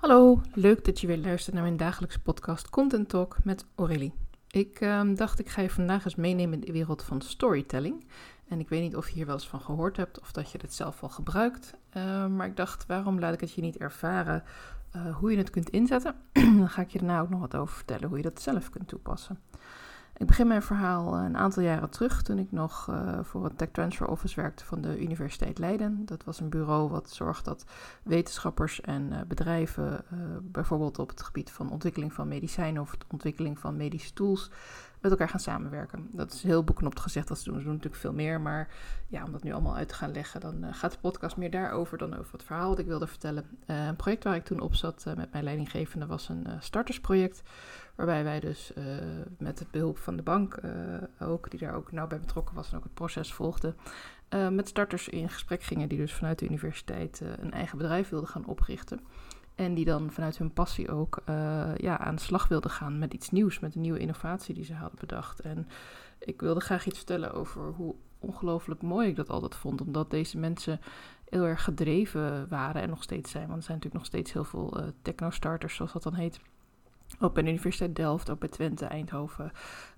Hallo, leuk dat je weer luistert naar mijn dagelijkse podcast Content Talk met Aurélie. Ik dacht, ik ga je vandaag eens meenemen in de wereld van storytelling. En ik weet niet of je hier wel eens van gehoord hebt of dat je het zelf al gebruikt. Maar ik dacht, waarom laat ik het je niet ervaren hoe je het kunt inzetten? Dan ga ik je daarna ook nog wat over vertellen hoe je dat zelf kunt toepassen. Ik begin mijn verhaal een aantal jaren terug toen ik nog voor het Tech Transfer Office werkte van de Universiteit Leiden. Dat was een bureau wat zorgt dat wetenschappers en bedrijven bijvoorbeeld op het gebied van ontwikkeling van medicijnen of de ontwikkeling van medische tools met elkaar gaan samenwerken. Dat is heel beknopt gezegd dat ze doen. Ze doen natuurlijk veel meer, maar ja, om dat nu allemaal uit te gaan leggen, dan gaat de podcast meer daarover dan over het verhaal wat ik wilde vertellen. Een project waar ik toen op zat met mijn leidinggevende was een startersproject, waarbij wij dus met de behulp van de bank, ook, die daar ook nauw bij betrokken was en ook het proces volgde, met starters in gesprek gingen die dus vanuit de universiteit een eigen bedrijf wilden gaan oprichten. En die dan vanuit hun passie ook aan de slag wilden gaan met iets nieuws, met een nieuwe innovatie die ze hadden bedacht. En ik wilde graag iets vertellen over hoe ongelooflijk mooi ik dat altijd vond, omdat deze mensen heel erg gedreven waren en nog steeds zijn. Want er zijn natuurlijk nog steeds heel veel techno-starters, zoals dat dan heet. Ook bij de Universiteit Delft, ook bij Twente, Eindhoven,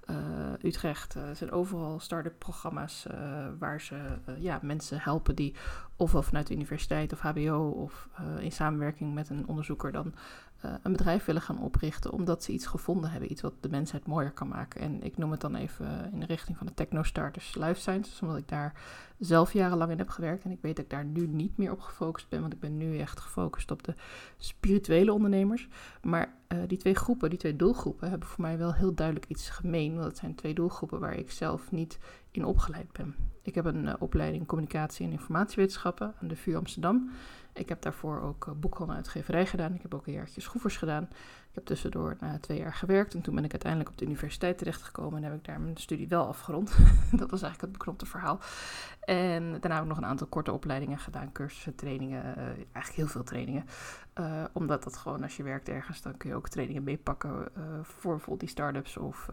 Utrecht. Er zijn overal start-up programma's waar ze mensen helpen die ofwel vanuit de universiteit of HBO of in samenwerking met een onderzoeker dan een bedrijf willen gaan oprichten, omdat ze iets gevonden hebben, iets wat de mensheid mooier kan maken. En ik noem het dan even in de richting van de techno-starters life sciences, omdat ik daar zelf jarenlang in heb gewerkt. En ik weet dat ik daar nu niet meer op gefocust ben, want ik ben nu echt gefocust op de spirituele ondernemers. Maar die twee doelgroepen hebben voor mij wel heel duidelijk iets gemeen, want het zijn twee doelgroepen waar ik zelf niet in opgeleid ben. Ik heb een opleiding communicatie en informatiewetenschappen aan de VU Amsterdam. Ik heb daarvoor ook boekhandel en uitgeverij gedaan. Ik heb ook een jaartje Schroevers gedaan. Ik heb tussendoor 2 jaar gewerkt. En toen ben ik uiteindelijk op de universiteit terechtgekomen. En heb ik daar mijn studie wel afgerond. Dat was eigenlijk het beknopte verhaal. En daarna heb ik nog een aantal korte opleidingen gedaan. Cursussen, trainingen. Eigenlijk heel veel trainingen. Omdat dat gewoon, als je werkt ergens, dan kun je ook trainingen meepakken. Voor bijvoorbeeld die start-ups. Of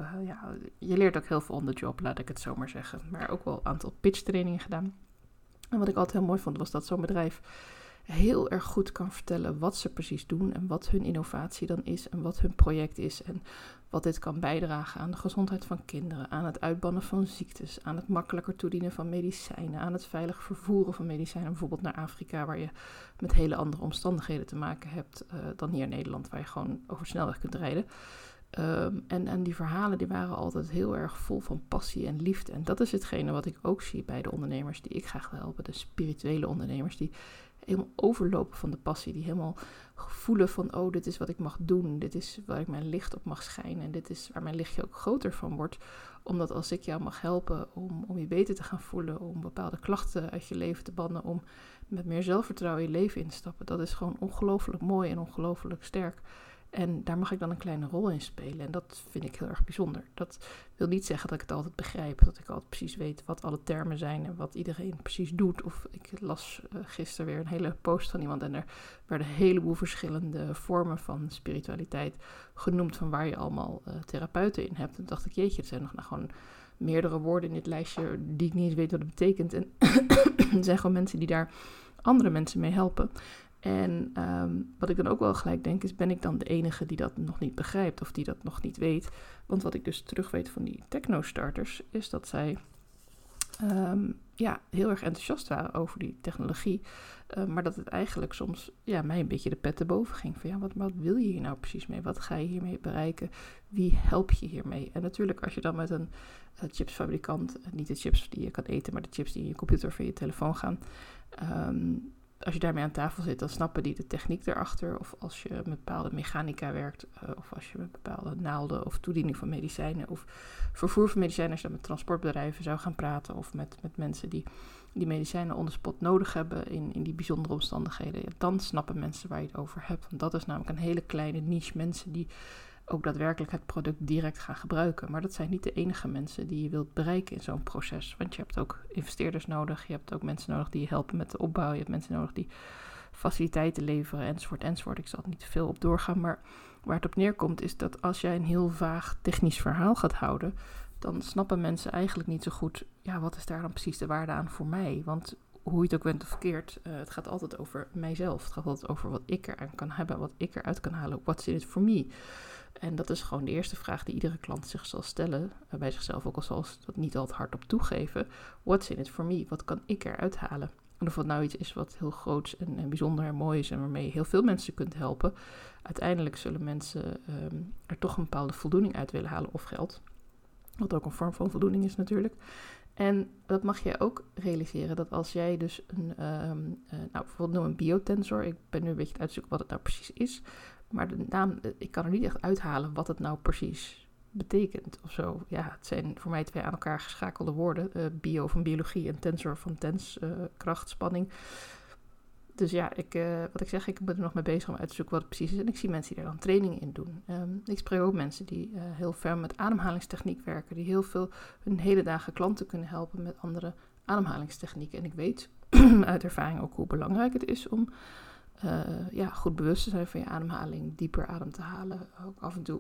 je leert ook heel veel on the job, laat ik het zo maar zeggen. Maar ook wel een aantal pitch trainingen gedaan. En wat ik altijd heel mooi vond, was dat zo'n bedrijf heel erg goed kan vertellen wat ze precies doen en wat hun innovatie dan is en wat hun project is en wat dit kan bijdragen aan de gezondheid van kinderen, aan het uitbannen van ziektes, aan het makkelijker toedienen van medicijnen, aan het veilig vervoeren van medicijnen, bijvoorbeeld naar Afrika, waar je met hele andere omstandigheden te maken hebt dan hier in Nederland, waar je gewoon over snelweg kunt rijden. En die verhalen die waren altijd heel erg vol van passie en liefde. En dat is hetgene wat ik ook zie bij de ondernemers die ik graag wil helpen. De spirituele ondernemers die helemaal overlopen van de passie. Die helemaal voelen van, oh, dit is wat ik mag doen. Dit is waar ik mijn licht op mag schijnen. En dit is waar mijn lichtje ook groter van wordt. Omdat als ik jou mag helpen om je beter te gaan voelen, om bepaalde klachten uit je leven te bannen, om met meer zelfvertrouwen je leven in te stappen. Dat is gewoon ongelooflijk mooi en ongelooflijk sterk. En daar mag ik dan een kleine rol in spelen. En dat vind ik heel erg bijzonder. Dat wil niet zeggen dat ik het altijd begrijp. Dat ik altijd precies weet wat alle termen zijn en wat iedereen precies doet. Of ik las gisteren weer een hele post van iemand. En er werden een heleboel verschillende vormen van spiritualiteit genoemd. Van waar je allemaal therapeuten in hebt. En toen dacht ik, jeetje, er zijn nog gewoon meerdere woorden in dit lijstje die ik niet eens weet wat het betekent. En er zijn gewoon mensen die daar andere mensen mee helpen. En wat ik dan ook wel gelijk denk is, ben ik dan de enige die dat nog niet begrijpt of die dat nog niet weet? Want wat ik dus terug weet van die techno-starters is dat zij heel erg enthousiast waren over die technologie. Maar dat het eigenlijk soms mij een beetje de pet erboven ging. Van wat wil je hier nou precies mee? Wat ga je hiermee bereiken? Wie help je hiermee? En natuurlijk als je dan met een chipsfabrikant, niet de chips die je kan eten, maar de chips die in je computer of in je telefoon gaan, als je daarmee aan tafel zit, dan snappen die de techniek erachter. Of als je met bepaalde mechanica werkt, of als je met bepaalde naalden of toediening van medicijnen of vervoer van medicijnen, als je dan met transportbedrijven zou gaan praten of met mensen die medicijnen on the spot nodig hebben in die bijzondere omstandigheden, dan snappen mensen waar je het over hebt. Want dat is namelijk een hele kleine niche mensen die ook daadwerkelijk het product direct gaan gebruiken. Maar dat zijn niet de enige mensen die je wilt bereiken in zo'n proces. Want je hebt ook investeerders nodig. Je hebt ook mensen nodig die je helpen met de opbouw. Je hebt mensen nodig die faciliteiten leveren, enzovoort. Ik zal er niet te veel op doorgaan. Maar waar het op neerkomt is dat als jij een heel vaag technisch verhaal gaat houden, dan snappen mensen eigenlijk niet zo goed, wat is daar dan precies de waarde aan voor mij? Want hoe je het ook bent of verkeerd, het gaat altijd over mijzelf. Het gaat altijd over wat ik eraan kan hebben, wat ik eruit kan halen. What's in it for me? En dat is gewoon de eerste vraag die iedere klant zich zal stellen. Bij zichzelf, ook al zal ze dat niet altijd hardop toegeven. What's in it for me? Wat kan ik eruit halen? En of het nou iets is wat heel groots en bijzonder en mooi is en waarmee je heel veel mensen kunt helpen. Uiteindelijk zullen mensen er toch een bepaalde voldoening uit willen halen of geld. Wat ook een vorm van voldoening is natuurlijk. En dat mag jij ook realiseren, dat als jij dus bijvoorbeeld noem een biotensor. Ik ben nu een beetje aan het uitzoeken wat het nou precies is. Maar de naam, ik kan er niet echt uithalen wat het nou precies betekent of zo. Ja, het zijn voor mij 2 aan elkaar geschakelde woorden. Bio van biologie en tensor van kracht, spanning. Dus ja, wat ik zeg, ik ben er nog mee bezig om uit te zoeken wat het precies is. En ik zie mensen die daar dan trainingen in doen. Ik spreek ook mensen die heel ver met ademhalingstechniek werken. Die heel veel hun hele dagen klanten kunnen helpen met andere ademhalingstechnieken. En ik weet uit ervaring ook hoe belangrijk het is om goed bewust te zijn van je ademhaling. Dieper adem te halen. Ook af en toe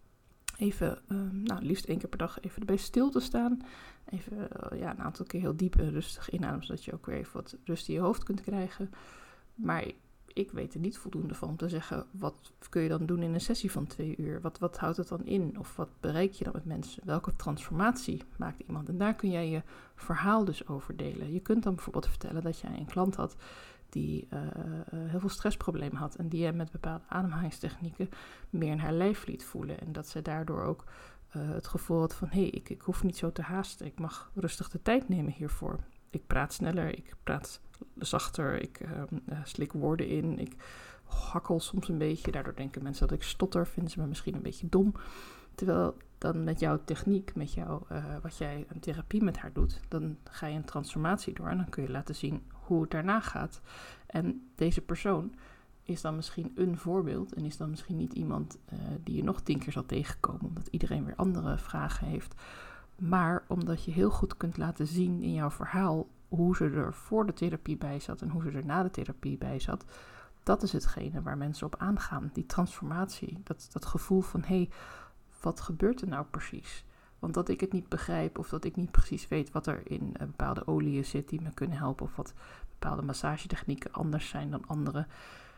even, liefst 1 keer per dag even erbij stil te staan. Even een aantal keer heel diep en rustig inademen, zodat je ook weer even wat rust in je hoofd kunt krijgen. Maar ik weet er niet voldoende van om te zeggen, wat kun je dan doen in een sessie van 2 uur? Wat houdt het dan in? Of wat bereik je dan met mensen? Welke transformatie maakt iemand? En daar kun jij je verhaal dus over delen. Je kunt dan bijvoorbeeld vertellen dat jij een klant had die heel veel stressproblemen had en die je met bepaalde ademhalingstechnieken meer in haar lijf liet voelen. En dat zij daardoor ook het gevoel had van, ik hoef niet zo te haasten. Ik mag rustig de tijd nemen hiervoor. Ik praat sneller, ik praat zachter, ik slik woorden in, ik hakkel soms een beetje. Daardoor denken mensen dat ik stotter, vinden ze me misschien een beetje dom. Terwijl dan met jouw techniek, met wat jij een therapie met haar doet, dan ga je een transformatie door en dan kun je laten zien hoe het daarna gaat. En deze persoon is dan misschien een voorbeeld en is dan misschien niet iemand die je nog 10 keer zal tegenkomen, omdat iedereen weer andere vragen heeft. Maar omdat je heel goed kunt laten zien in jouw verhaal hoe ze er voor de therapie bij zat en hoe ze er na de therapie bij zat, dat is hetgene waar mensen op aangaan. Die transformatie, dat gevoel van, wat gebeurt er nou precies? Want dat ik het niet begrijp of dat ik niet precies weet wat er in bepaalde oliën zit die me kunnen helpen of wat bepaalde massagetechnieken anders zijn dan andere.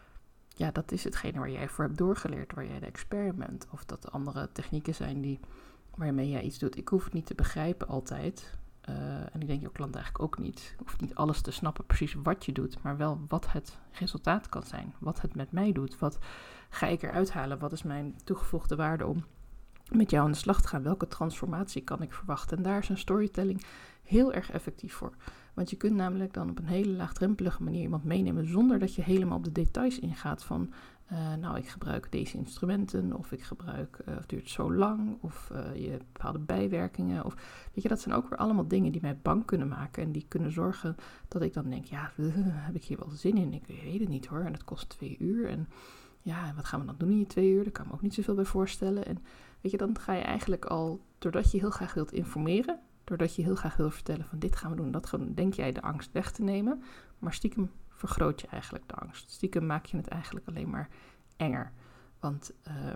Ja, dat is hetgene waar jij voor hebt doorgeleerd, waar jij de expert bent. Of dat er andere technieken zijn waarmee jij iets doet. Ik hoef het niet te begrijpen altijd. En ik denk jouw klant eigenlijk ook niet. Je hoeft niet alles te snappen precies wat je doet, maar wel wat het resultaat kan zijn. Wat het met mij doet. Wat ga ik eruit halen? Wat is mijn toegevoegde waarde om met jou aan de slag te gaan? Welke transformatie kan ik verwachten? En daar is een storytelling heel erg effectief voor. Want je kunt namelijk dan op een hele laagdrempelige manier iemand meenemen zonder dat je helemaal op de details ingaat van ik gebruik deze instrumenten of ik gebruik, het duurt zo lang of je hebt bepaalde bijwerkingen. Of, weet je, dat zijn ook weer allemaal dingen die mij bang kunnen maken en die kunnen zorgen dat ik dan denk, heb ik hier wel zin in? Ik weet het niet hoor en het kost 2 uur en wat gaan we dan doen in die 2 uur? Daar kan ik me ook niet zoveel bij voorstellen. En weet je, dan ga je eigenlijk al, doordat je heel graag wilt informeren, doordat je heel graag wil vertellen van dit gaan we doen, dat gaan we doen, denk jij de angst weg te nemen. Maar stiekem vergroot je eigenlijk de angst. Stiekem maak je het eigenlijk alleen maar enger. Want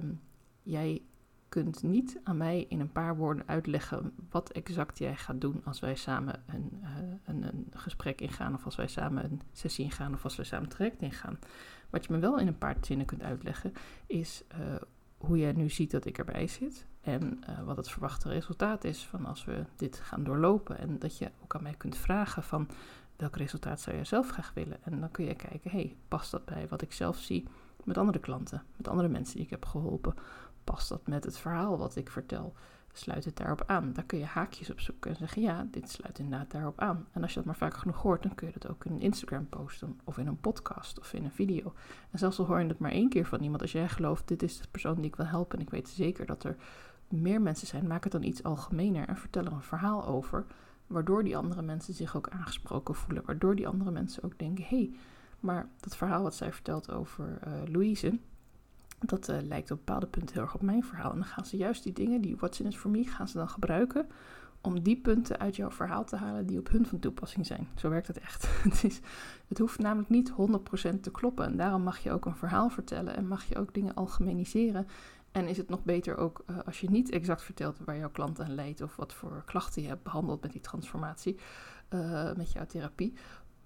jij kunt niet aan mij in een paar woorden uitleggen wat exact jij gaat doen als wij samen een gesprek ingaan of als wij samen een sessie ingaan of als wij samen een traject ingaan. Wat je me wel in een paar zinnen kunt uitleggen is hoe jij nu ziet dat ik erbij zit en wat het verwachte resultaat is van als we dit gaan doorlopen. En dat je ook aan mij kunt vragen van welk resultaat zou jij zelf graag willen? En dan kun je kijken, past dat bij wat ik zelf zie met andere klanten, met andere mensen die ik heb geholpen? Past dat met het verhaal wat ik vertel? Sluit het daarop aan? Daar kun je haakjes op zoeken en zeggen, dit sluit inderdaad daarop aan. En als je dat maar vaker genoeg hoort, dan kun je dat ook in een Instagram posten of in een podcast of in een video. En zelfs al hoor je het maar 1 keer van iemand, als jij gelooft, dit is de persoon die ik wil helpen en ik weet zeker dat er meer mensen zijn, maak het dan iets algemener en vertel er een verhaal over, waardoor die andere mensen zich ook aangesproken voelen, waardoor die andere mensen ook denken, maar dat verhaal wat zij vertelt over Louise, dat lijkt op bepaalde punten heel erg op mijn verhaal. En dan gaan ze juist die dingen, die what's in it for me, gaan ze dan gebruiken om die punten uit jouw verhaal te halen die op hun van toepassing zijn. Zo werkt het echt. Het hoeft namelijk niet 100% te kloppen. En daarom mag je ook een verhaal vertellen en mag je ook dingen algemeniseren. En is het nog beter ook als je niet exact vertelt waar jouw klant aan lijdt of wat voor klachten je hebt behandeld met die transformatie, met jouw therapie.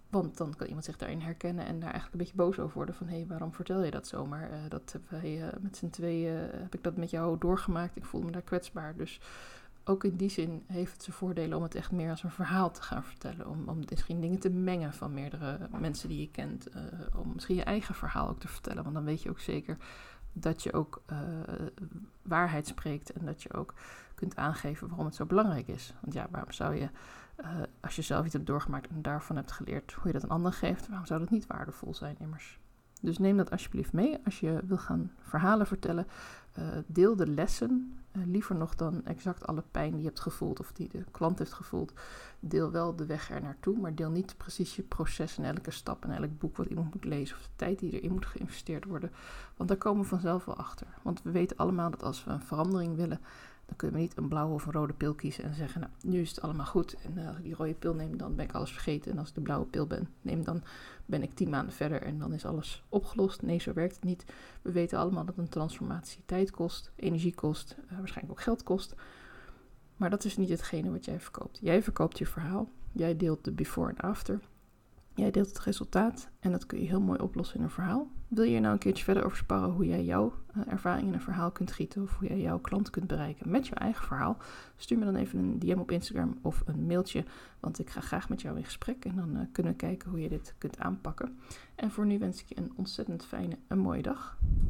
Want dan kan iemand zich daarin herkennen en daar eigenlijk een beetje boos over worden van waarom vertel je dat zomaar? Dat hebben wij met z'n tweeën, heb ik dat met jou doorgemaakt. Ik voel me daar kwetsbaar. Dus ook in die zin heeft het zijn voordelen om het echt meer als een verhaal te gaan vertellen. Om misschien dingen te mengen van meerdere mensen die je kent. Om misschien je eigen verhaal ook te vertellen. Want dan weet je ook zeker dat je ook waarheid spreekt. En dat je ook kunt aangeven waarom het zo belangrijk is. Want ja, waarom zou je, als je zelf iets hebt doorgemaakt en daarvan hebt geleerd hoe je dat aan anderen geeft, waarom zou dat niet waardevol zijn immers? Dus neem dat alsjeblieft mee als je wil gaan verhalen vertellen. Deel de lessen, liever nog dan exact alle pijn die je hebt gevoeld of die de klant heeft gevoeld. Deel wel de weg er naartoe, maar deel niet precies je proces en elke stap en elk boek wat iemand moet lezen of de tijd die erin moet geïnvesteerd worden. Want daar komen we vanzelf wel achter. Want we weten allemaal dat als we een verandering willen, dan kunnen we niet een blauwe of een rode pil kiezen en zeggen, nou, nu is het allemaal goed. En als ik die rode pil neem, dan ben ik alles vergeten. En als ik de blauwe pil neem, dan ben ik 10 maanden verder en dan is alles opgelost. Nee, zo werkt het niet. We weten allemaal dat een transformatie tijd kost, energie kost, waarschijnlijk ook geld kost. Maar dat is niet hetgene wat jij verkoopt. Jij verkoopt je verhaal. Jij deelt de before en after. Jij deelt het resultaat en dat kun je heel mooi oplossen in een verhaal. Wil je er nou een keertje verder over sparren hoe jij jouw ervaring in een verhaal kunt gieten of hoe jij jouw klant kunt bereiken met je eigen verhaal? Stuur me dan even een DM op Instagram of een mailtje, want ik ga graag met jou in gesprek en dan kunnen we kijken hoe je dit kunt aanpakken. En voor nu wens ik je een ontzettend fijne en mooie dag.